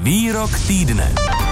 Výrok týdne.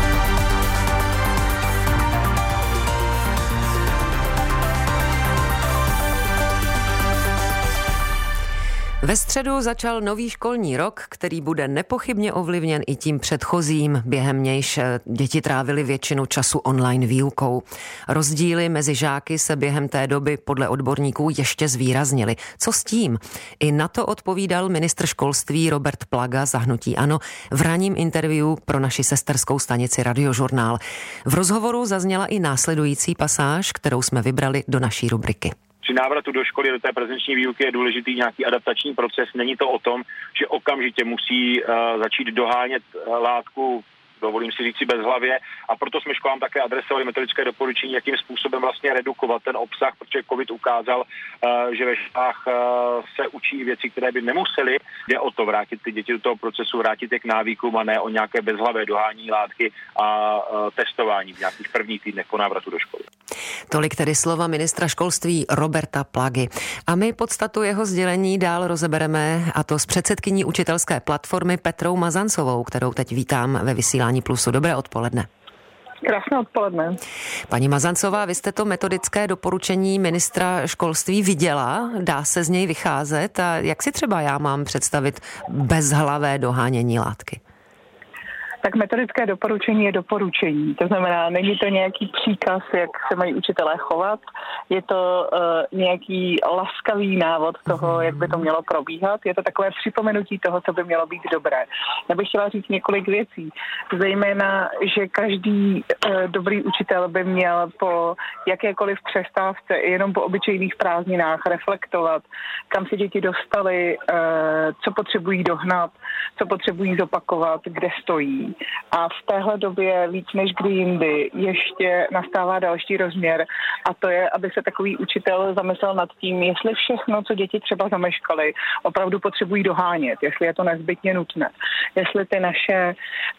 Ve středu začal nový školní rok, který bude nepochybně ovlivněn i tím předchozím, během nějž děti trávily většinu času online výukou. Rozdíly mezi žáky se během té doby podle odborníků ještě zvýraznily. Co s tím? I na to odpovídal ministr školství Robert Plaga za hnutí ANO v ranním interview pro naši sesterskou stanici Radiožurnál. V rozhovoru zazněla i následující pasáž, kterou jsme vybrali do naší rubriky. Při návratu do školy, do té prezenční výuky je důležitý nějaký adaptační proces. Není to o tom, že okamžitě musí začít dohánět látku, dovolím si říct si bezhlavě, a proto jsme školám také adresovali metodické doporučení, jakým způsobem vlastně redukovat ten obsah, protože COVID ukázal, že ve školách se učí věci, které by nemuseli. Jde o to vrátit ty děti do toho procesu, vrátit je k návykům a ne o nějaké bezhlavé dohání látky a testování v nějakých prvních týdnech po návratu do školy. Tolik tedy slova ministra školství Roberta Plagy. A my podstatu jeho sdělení dál rozebereme, a to s předsedkyní učitelské platformy Petrou Mazancovou, kterou teď vítám ve vysílání Plusu. Dobré odpoledne. Krásné odpoledne. Paní Mazancová, vy jste to metodické doporučení ministra školství viděla? Dá se z něj vycházet? A jak si třeba já mám představit bezhlavé dohánění látky? Tak metodické doporučení je doporučení. To znamená, není to nějaký příkaz, jak se mají učitelé chovat. Je to nějaký laskavý návod toho, jak by to mělo probíhat. Je to takové připomenutí toho, co by mělo být dobré. Já bych chtěla říct několik věcí. Zejména, že každý dobrý učitel by měl po jakékoliv přestávce, jenom po obyčejných prázdninách reflektovat, kam se děti dostaly, co potřebují dohnat, co potřebují zopakovat, kde stojí. A v téhle době víc než kdy jindy ještě nastává další rozměr, a to je, aby se takový učitel zamyslel nad tím, jestli všechno, co děti třeba zameškaly, opravdu potřebují dohánět, jestli je to nezbytně nutné, jestli ty naše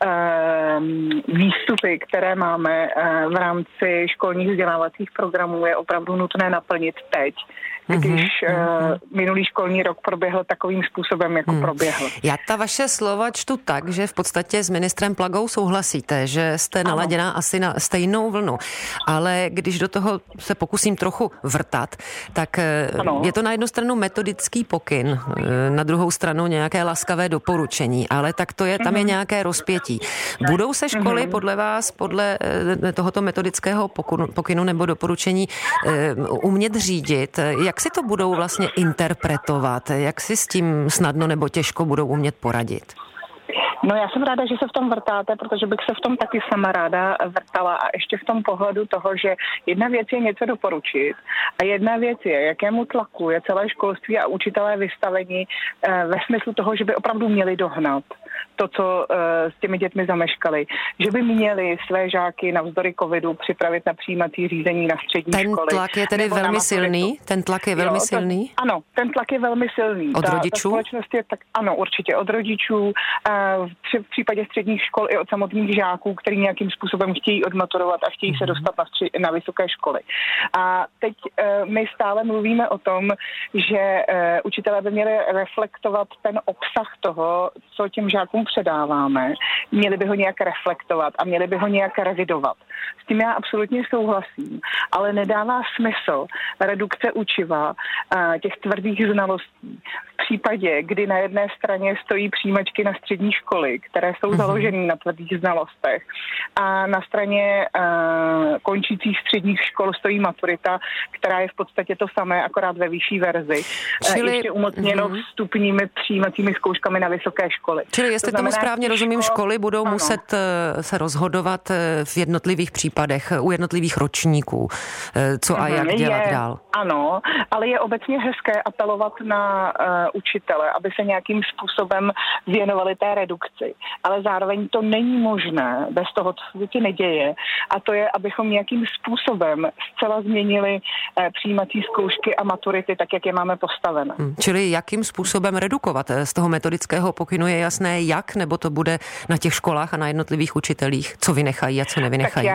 výstupy, které máme v rámci školních vzdělávacích programů, je opravdu nutné naplnit teď, když minulý školní rok proběhl takovým způsobem, jako proběhl. Já ta vaše slova čtu tak, že v podstatě s ministrem Plagou souhlasíte, že jste naladěná asi na stejnou vlnu, ale když do toho se pokusím trochu vrtat, tak je to na jednu stranu metodický pokyn, na druhou stranu nějaké laskavé doporučení, ale tak to je, tam je nějaké rozpětí. Budou se školy podle vás, podle tohoto metodického pokynu nebo doporučení umět řídit? Jak si to budou vlastně interpretovat? Jak si s tím snadno nebo těžko budou umět poradit? No, já jsem ráda, že se v tom vrtáte, protože bych se v tom taky sama ráda vrtala, a ještě v tom pohledu toho, že jedna věc je něco doporučit a jedna věc je, jakému tlaku je celé školství a učitelé vystaveni ve smyslu toho, že by opravdu měli dohnat to, co s těmi dětmi zameškali. Že by měli své žáky navzdory covidu připravit na přijímací řízení na střední školy. Ten tlak je tedy velmi silný? Ten tlak je velmi silný? Ano, ten tlak je velmi silný. Od rodičů? Ta společnost je tak, ano, určitě od rodičů, v případě středních škol i od samotných žáků, který nějakým způsobem chtějí odmaturovat a chtějí se dostat na vysoké školy. A teď my stále mluvíme o tom, že učitelé by měli reflektovat ten obsah toho, co těm žákům předáváme, měli by ho nějak reflektovat a měli by ho nějak revidovat. S tím já absolutně souhlasím, ale nedává smysl redukce učiva těch tvrdých znalostí v případě, kdy na jedné straně stojí přijímačky na střední školy, které jsou založeny na tvrdých znalostech, a na straně končících středních škol stojí maturita, která je v podstatě to samé, akorát ve vyšší verzi. Čili ještě umocněno vstupními přijímacími zkouškami na vysoké školy. Čili jestli tomu správně rozumím, školy budou muset se rozhodovat v jednotlivých případech, u jednotlivých ročníků, co a jak dělat dál. Ano, ale je obecně hezké apelovat na učitele, aby se nějakým způsobem věnovali té redukci. Ale zároveň to není možné bez toho, co se neděje. A to je, abychom nějakým způsobem zcela změnili přijímací zkoušky a maturity, tak jak je máme postavené. Čili jakým způsobem redukovat? Z toho metodického pokynu je jasné jak, nebo to bude na těch školách a na jednotlivých učitelích, co vynechají a co nevynechají?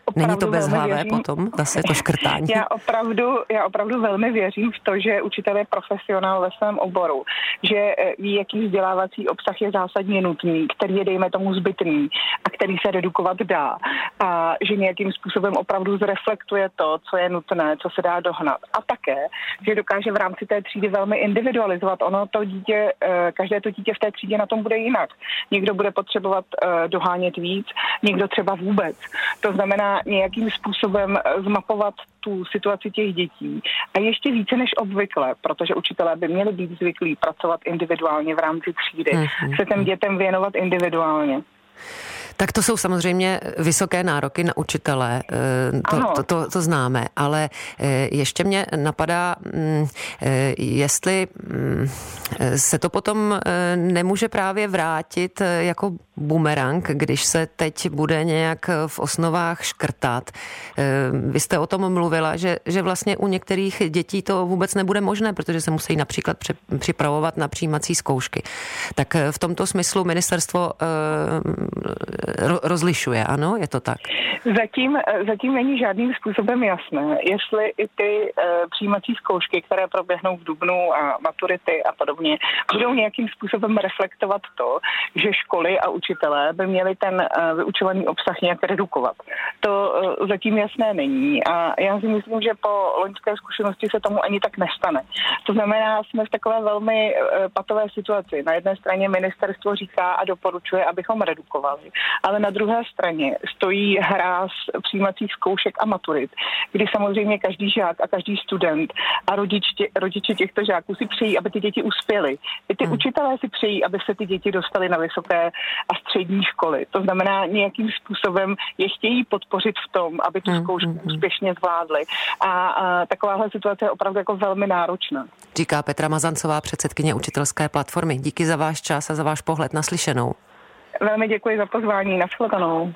Není to bezhlavé potom, zase to škrtání? Já opravdu velmi věřím v to, že učitel je profesionál ve svém oboru, že ví, jaký vzdělávací obsah je zásadně nutný, který je, dejme tomu, zbytný a který se redukovat dá. A že nějakým způsobem opravdu zreflektuje to, co je nutné, co se dá dohnat. A také, že dokáže v rámci té třídy velmi individualizovat. Každé to dítě v té třídě na tom bude jinak. Někdo bude potřebovat dohánět víc, někdo třeba vůbec. To znamená nějakým způsobem zmapovat tu situaci těch dětí. A ještě více než obvykle, protože učitelé by měli být zvyklí pracovat individuálně v rámci třídy, se těm dětem věnovat individuálně. Tak to jsou samozřejmě vysoké nároky na učitele, to známe, ale ještě mě napadá, jestli se to potom nemůže právě vrátit jako bumerang, když se teď bude nějak v osnovách škrtat. Vy jste o tom mluvila, že vlastně u některých dětí to vůbec nebude možné, protože se musí například připravovat na přijímací zkoušky. Tak v tomto smyslu ministerstvo rozlišuje, ano? Je to tak? Zatím není žádným způsobem jasné, jestli i ty přijímací zkoušky, které proběhnou v dubnu a maturity a podobně, budou nějakým způsobem reflektovat to, že školy a učitelé by měli ten vyučovaný obsah nějak redukovat. To zatím jasné není a já si myslím, že po loňské zkušenosti se tomu ani tak nestane. To znamená, jsme v takové velmi patové situaci. Na jedné straně ministerstvo říká a doporučuje, abychom redukovali, ale na druhé straně stojí hráz přijímacích zkoušek a maturit, kdy samozřejmě každý žák a každý student a rodiče těchto žáků si přejí, aby ty děti uspěly. I ty učitelé si přejí, aby se ty děti dostaly na vysoké a střední školy. To znamená, nějakým způsobem je chtějí podpořit v tom, aby tu zkoušku úspěšně zvládli. A takováhle situace je opravdu jako velmi náročná. Říká Petra Mazancová, předsedkyně učitelské platformy. Díky za váš čas a za váš pohled. Naslyšenou. Velmi děkuji za pozvání. Nashledanou.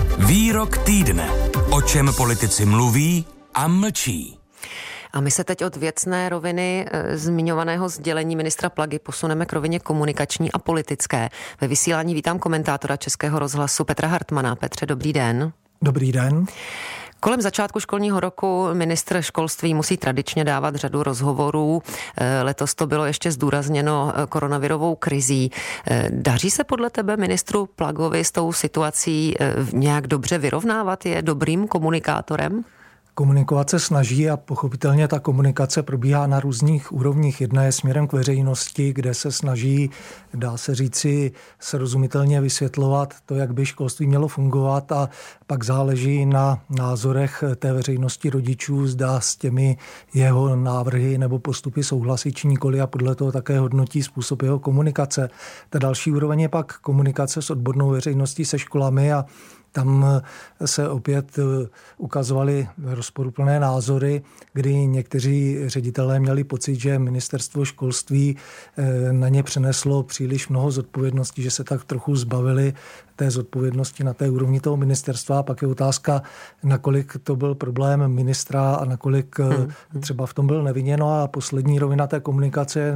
Výrok týdne. O čem politici mluví a mlčí. A my se teď od věcné roviny zmiňovaného sdělení ministra Plagy posuneme k rovině komunikační a politické. Ve vysílání vítám komentátora Českého rozhlasu Petra Hartmana. Petře, dobrý den. Dobrý den. Kolem začátku školního roku ministr školství musí tradičně dávat řadu rozhovorů. Letos to bylo ještě zdůrazněno koronavirovou krizí. Daří se podle tebe ministru Plagovi s tou situací nějak dobře vyrovnávat? Je dobrým komunikátorem? Komunikovat se snaží a pochopitelně ta komunikace probíhá na různých úrovních. Jedna je směrem k veřejnosti, kde se snaží, dá se říci, srozumitelně vysvětlovat to, jak by školství mělo fungovat, a pak záleží na názorech té veřejnosti, rodičů, zda s těmi jeho návrhy nebo postupy souhlasí či nikoli, a podle toho také hodnotí způsob jeho komunikace. Ta další úroveň je pak komunikace s odbornou veřejností, se školami, a tam se opět ukazovaly rozporuplné názory, kdy někteří ředitelé měli pocit, že ministerstvo školství na ně přeneslo příliš mnoho zodpovědností, že se tak trochu zbavili té zodpovědnosti na té úrovni toho ministerstva. A pak je otázka, nakolik to byl problém ministra a nakolik třeba v tom byl nevinněno. A poslední rovina té komunikace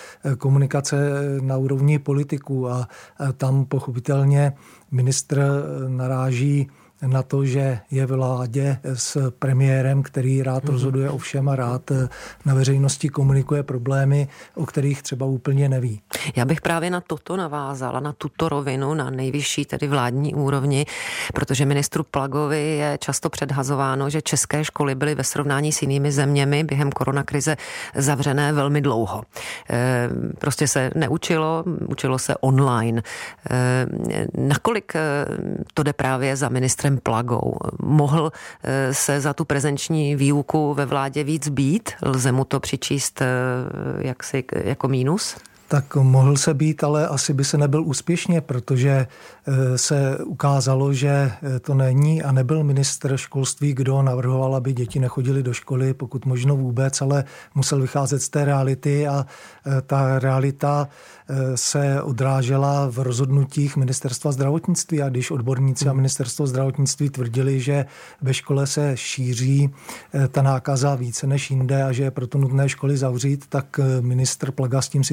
na úrovni politiků. A tam pochopitelně ministr naráží na to, že je v vládě s premiérem, který rád rozhoduje o všem a rád na veřejnosti komunikuje problémy, o kterých třeba úplně neví. Já bych právě na toto navázala, na tuto rovinu, na nejvyšší, tedy vládní úrovni, protože ministru Plagovi je často předhazováno, že české školy byly ve srovnání s jinými zeměmi během koronakrize zavřené velmi dlouho. Prostě se neučilo, učilo se online. Nakolik to jde právě za ministrem Plagou? Mohl se za tu prezenční výuku ve vládě víc bít? Lze mu to přičíst jaksi jako mínus? Tak mohl se být, ale asi by se nebyl úspěšně, protože se ukázalo, že to není a nebyl ministr školství, kdo navrhoval, aby děti nechodily do školy, pokud možno vůbec, ale musel vycházet z té reality, a ta realita se odrážela v rozhodnutích ministerstva zdravotnictví. A když odborníci a ministerstvo zdravotnictví tvrdili, že ve škole se šíří ta nákaza více než jinde a že je proto nutné školy zavřít, tak ministr Plaga s tím sice nesouhlasil,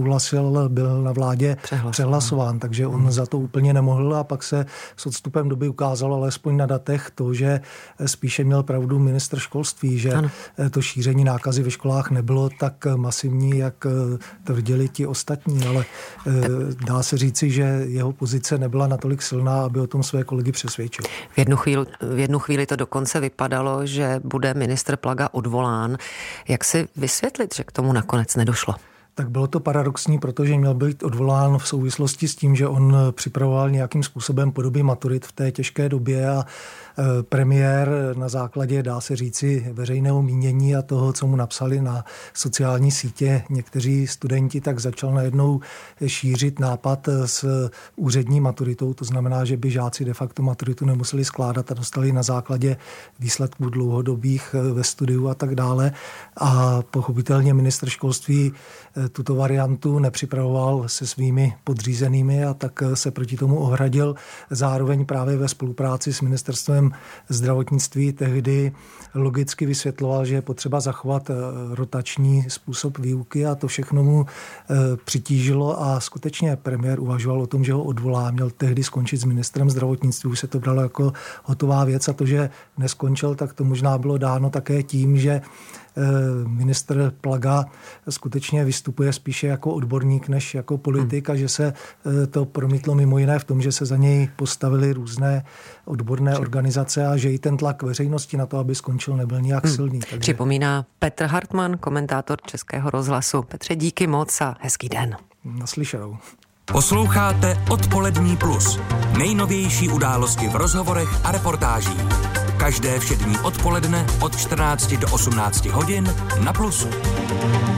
nesouhlasil, byl na vládě přehlasován, takže on za to úplně nemohl a pak se s odstupem doby ukázalo alespoň na datech to, že spíše měl pravdu ministr školství, že to šíření nákazy ve školách nebylo tak masivní, jak tvrdili ti ostatní, ale dá se říci, že jeho pozice nebyla natolik silná, aby o tom své kolegy přesvědčil. V jednu chvíli to dokonce vypadalo, že bude ministr Plaga odvolán. Jak si vysvětlit, že k tomu nakonec nedošlo? Tak bylo to paradoxní, protože měl být odvolán v souvislosti s tím, že on připravoval nějakým způsobem podoby maturit v té těžké době a premiér na základě, dá se říci, veřejného mínění a toho, co mu napsali na sociální sítě někteří studenti, tak začal najednou šířit nápad s úřední maturitou. To znamená, že by žáci de facto maturitu nemuseli skládat a dostali na základě výsledků dlouhodobých ve studiu a tak dále. A pochopitelně ministr školství tuto variantu nepřipravoval se svými podřízenými a tak se proti tomu ohradil. Zároveň právě ve spolupráci s ministerstvem zdravotnictví tehdy logicky vysvětloval, že je potřeba zachovat rotační způsob výuky a to všechno mu přitížilo a skutečně premiér uvažoval o tom, že ho odvolá. Měl tehdy skončit s ministrem zdravotnictví, už se to bralo jako hotová věc a to, že neskončil, tak to možná bylo dáno také tím, že ministr Plaga skutečně vystupuje spíše jako odborník než jako politik a že se to promítlo mimo jiné v tom, že se za něj postavily různé odborné organizace a že i ten tlak veřejnosti na to, aby skončil, nebyl nijak silný. Takže... Připomíná Petr Hartmann, komentátor Českého rozhlasu. Petře, díky moc a hezký den. Naslyšenou. Posloucháte Odpolední plus. Nejnovější události v rozhovorech a reportážích. Každé všední odpoledne od 14 do 18 hodin na Plusu.